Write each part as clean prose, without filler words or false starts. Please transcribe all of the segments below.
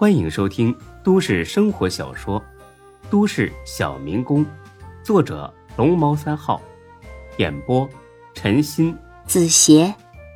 欢迎收听都市生活小说《都市小民工》，作者龙猫3号，演播陈鑫、 子邪，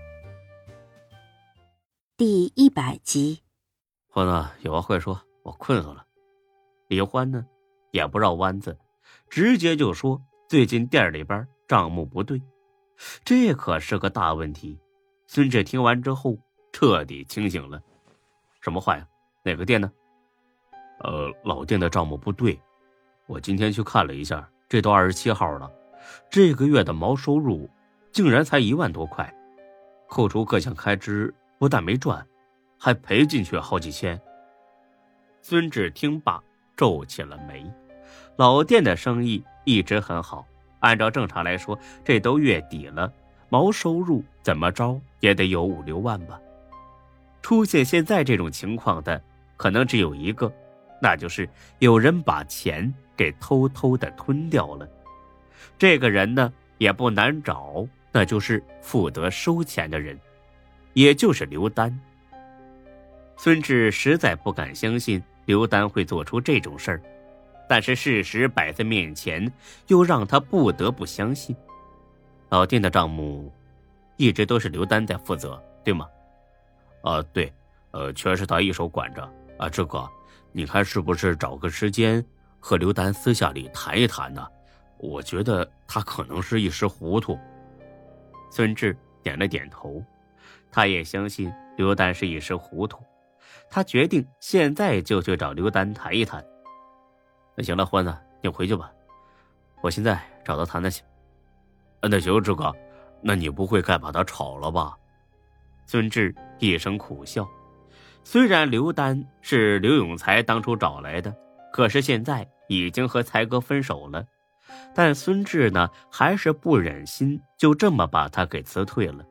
第100集。 欢呢有话快说，我困死了。李欢呢也不绕弯子，直接就说最近店里边账目不对，这可是个大问题。孙志听完之后彻底清醒了。什么话呀？哪个店呢？老店的账目不对。我今天去看了一下，这都27号了，这个月的毛收入竟然才1万多块，扣除各项开支，不但没赚，还赔进去好几千。孙志听罢皱起了眉。老店的生意一直很好，按照正常来说，这都月底了，毛收入怎么着也得有5、6万吧。出现现在这种情况的可能只有一个，那就是有人把钱给偷偷的吞掉了。这个人呢也不难找，那就是负责收钱的人，也就是刘丹。孙志实在不敢相信刘丹会做出这种事儿，但是事实摆在面前，又让他不得不相信。老店的账目一直都是刘丹在负责，对吗？对，全是他一手管着。这个你看是不是找个时间和刘丹私下里谈一谈呢？我觉得他可能是一时糊涂。孙志点了点头，他也相信刘丹是一时糊涂。他决定现在就去找刘丹谈一谈。那行了，欢子，你回去吧，我现在找他谈谈去。那行，志哥，那你不会该把他炒了吧？孙志一声苦笑。虽然刘丹是刘永才当初找来的，可是现在已经和才哥分手了，但孙志呢还是不忍心就这么把他给辞退了。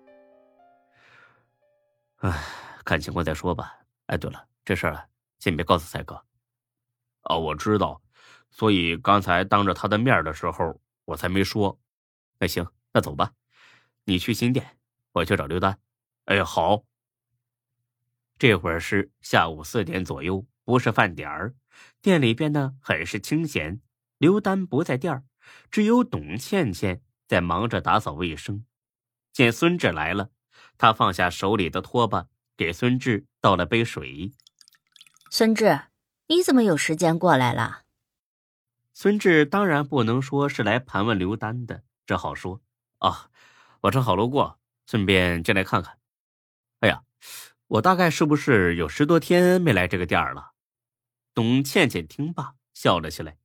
看情况再说吧。对了，这事儿先别告诉才哥。我知道，所以刚才当着他的面的时候我才没说。那行，那走吧，你去新店，我去找刘丹。好。这会儿是下午4点左右，不是饭点儿，店里边呢很是清闲。刘丹不在店儿，只有董倩倩在忙着打扫卫生。见孙志来了，他放下手里的拖把，给孙志倒了杯水。 孙志，你怎么有时间过来了？ 孙志当然不能说是来盘问刘丹的，只好说我正好路过，顺便进来看看。我大概是不是有10多天没来这个店了？董倩倩听罢笑了起来。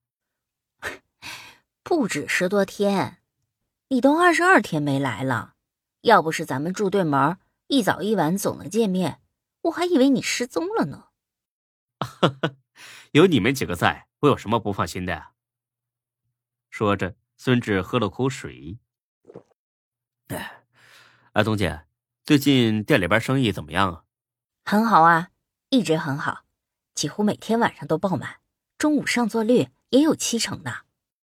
不止10多天，你都22天没来了。要不是咱们住对门，一早一晚总能见面，我还以为你失踪了呢。 有你们几个在，我有什么不放心的呀？说着，孙志喝了口水。董姐，最近店里边生意怎么样啊？ 很好啊，一直很好，几乎每天晚上都爆满，中午上座率也有70%呢。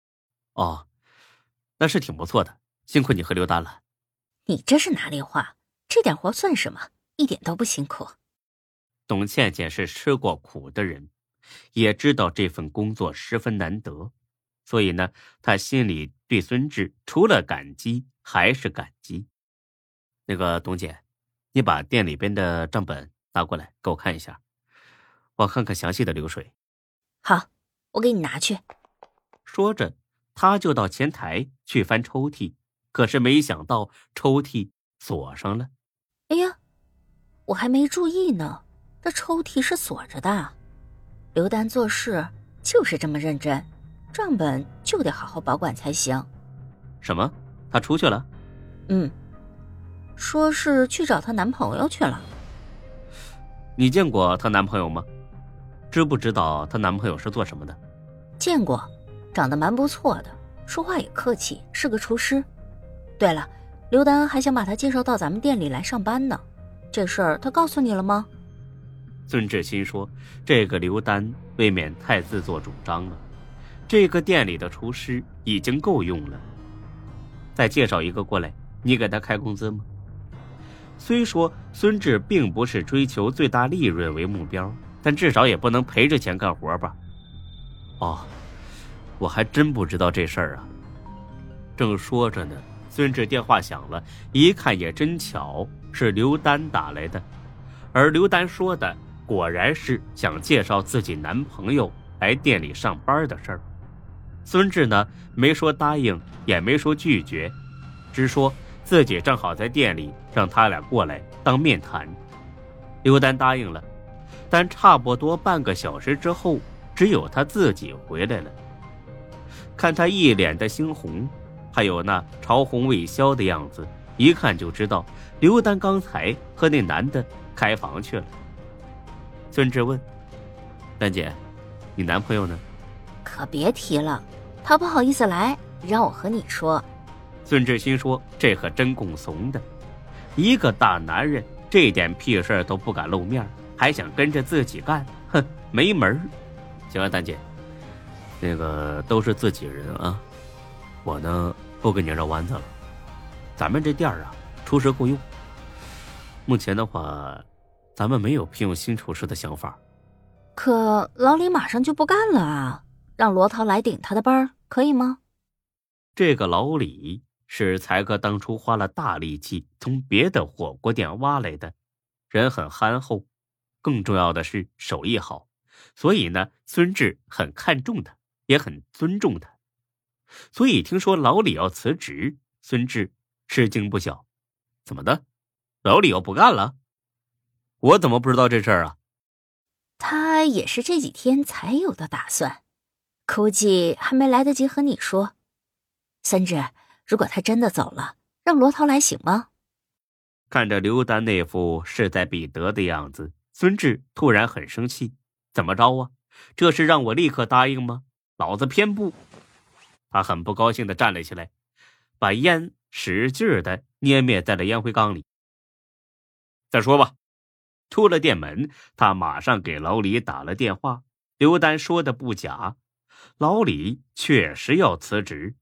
那是挺不错的，辛苦你和刘丹了。 你这是哪里话？这点活算什么，一点都不辛苦。 董倩倩是吃过苦的人，也知道这份工作十分难得，所以呢，她心里对孙志除了感激还是感激。那个董姐，你把店里边的账本拿过来给我看一下，我看看详细的流水。 好，我给你拿去。 说着，他就到前台去翻抽屉，可是没想到抽屉锁上了。 哎呀，我还没注意呢，这抽屉是锁着的。刘丹做事就是这么认真，账本就得好好保管才行。 什么？她出去了？ 说是去找她男朋友去了。 你见过她男朋友吗？知不知道她男朋友是做什么的？ 见过，长得蛮不错的，说话也客气，是个厨师。对了，刘丹还想把他介绍到咱们店里来上班呢，这事儿他告诉你了吗？ 孙志新说，这个刘丹未免太自作主张了，这个店里的厨师已经够用了，再介绍一个过来，你给他开工资吗？虽说孙志并不是追求最大利润为目标， 但至少也不能赔着钱干活吧？哦，我还真不知道这事儿啊。正说着呢，孙志电话响了，一看也真巧，是刘丹打来的。而刘丹说的果然是想介绍自己男朋友来店里上班的事儿。孙志呢，没说答应，也没说拒绝，只说自己正好在店里，让他俩过来当面谈。刘丹答应了，但差不多半个小时之后，只有他自己回来了。看他一脸的猩红，还有那潮红未消的样子，一看就知道刘丹刚才和那男的开房去了。孙志问：丹姐，你男朋友呢？ 可别提了，他不好意思来，让我和你说。 孙志心说，这可真够怂的，一个大男人这点屁事都不敢露面，还想跟着自己干，哼，没门儿。行啊，丹姐，那个都是自己人啊，我呢不跟你绕弯子了。咱们这店啊，厨师够用。目前的话，咱们没有聘用新厨师的想法。 可老李马上就不干了啊，让罗涛来顶他的班，可以吗？ 这个老李是才哥当初花了大力气从别的火锅店挖来的，人很憨厚，更重要的是手艺好，所以呢，孙志很看重他，也很尊重他。所以听说老李要辞职，孙志吃惊不小。怎么的？老李要不干了？我怎么不知道这事儿啊？ 他也是这几天才有的打算，估计还没来得及和你说。孙志，如果他真的走了，让罗涛来行吗？ 看着刘丹那副势在必得的样子，孙志突然很生气。怎么着啊？这是让我立刻答应吗？老子偏不！他很不高兴地站了起来，把烟使劲地捏灭在了烟灰缸里。再说吧。出了店门，他马上给老李打了电话。刘丹说的不假，老李确实要辞职。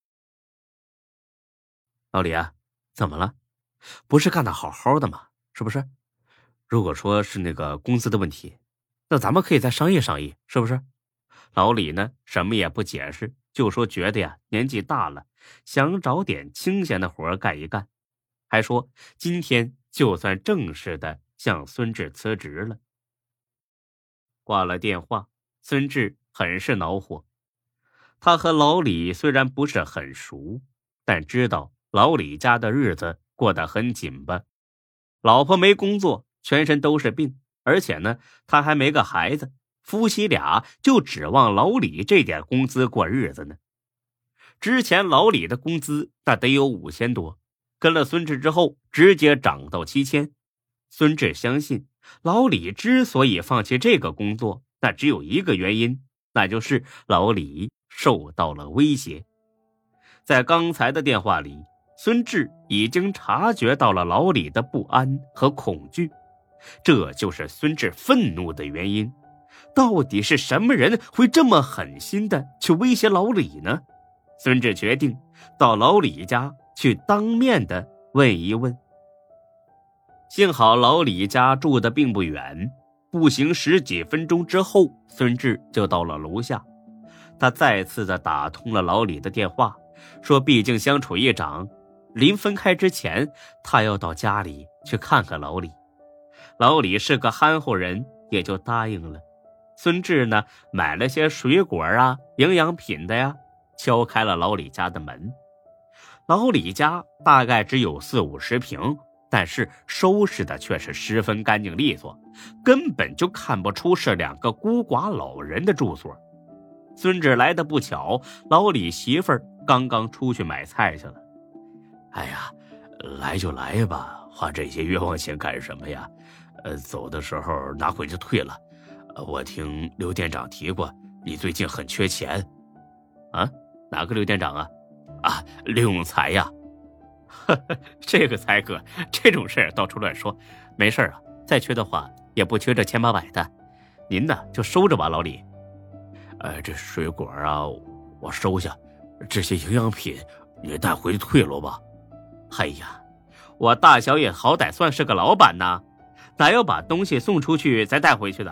老李啊，怎么了？不是干得好好的吗？是不是？如果说是那个工资的问题，那咱们可以再商议商议，是不是？老李呢，什么也不解释，就说觉得呀，年纪大了，想找点清闲的活干一干，还说今天就算正式的向孙志辞职了。挂了电话，孙志很是恼火。他和老李虽然不是很熟，但知道老李家的日子过得很紧巴，老婆没工作，全身都是病，而且呢，他还没个孩子，夫妻俩就指望老李这点工资过日子呢。之前老李的工资那得有5000多，跟了孙志之后直接涨到7000。孙志相信老李之所以放弃这个工作，那只有一个原因，那就是老李受到了威胁。在刚才的电话里，孙志已经察觉到了老李的不安和恐惧，这就是孙志愤怒的原因。到底是什么人会这么狠心的去威胁老李呢？孙志决定到老李家去当面的问一问。幸好老李家住的并不远，步行10几分钟之后，孙志就到了楼下。他再次的打通了老李的电话，说毕竟相处一长，临分开之前，他要到家里去看看老李。老李是个憨厚人，也就答应了。孙志呢，买了些水果啊、营养品的呀，敲开了老李家的门。老李家大概只有40-50平，但是收拾的却是十分干净利索，根本就看不出是2个孤寡老人的住所。孙志来的不巧，老李媳妇儿刚刚出去买菜去了。哎呀，来就来吧，花这些冤枉钱干什么呀？走的时候拿回去退了。我听刘店长提过，你最近很缺钱。啊？哪个刘店长啊？啊，刘永才呀。这个才哥，这种事到处乱说，没事啊，再缺的话也不缺这千八百的。您呢就收着吧，老李。这水果啊，我收下，这些营养品你带回去退了吧。哎呀，我大小也好歹算是个老板呐，哪要把东西送出去再带回去的？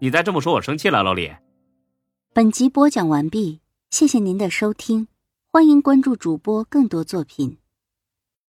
你再这么说我生气了，老李。 本集播讲完毕，谢谢您的收听，欢迎关注主播更多作品。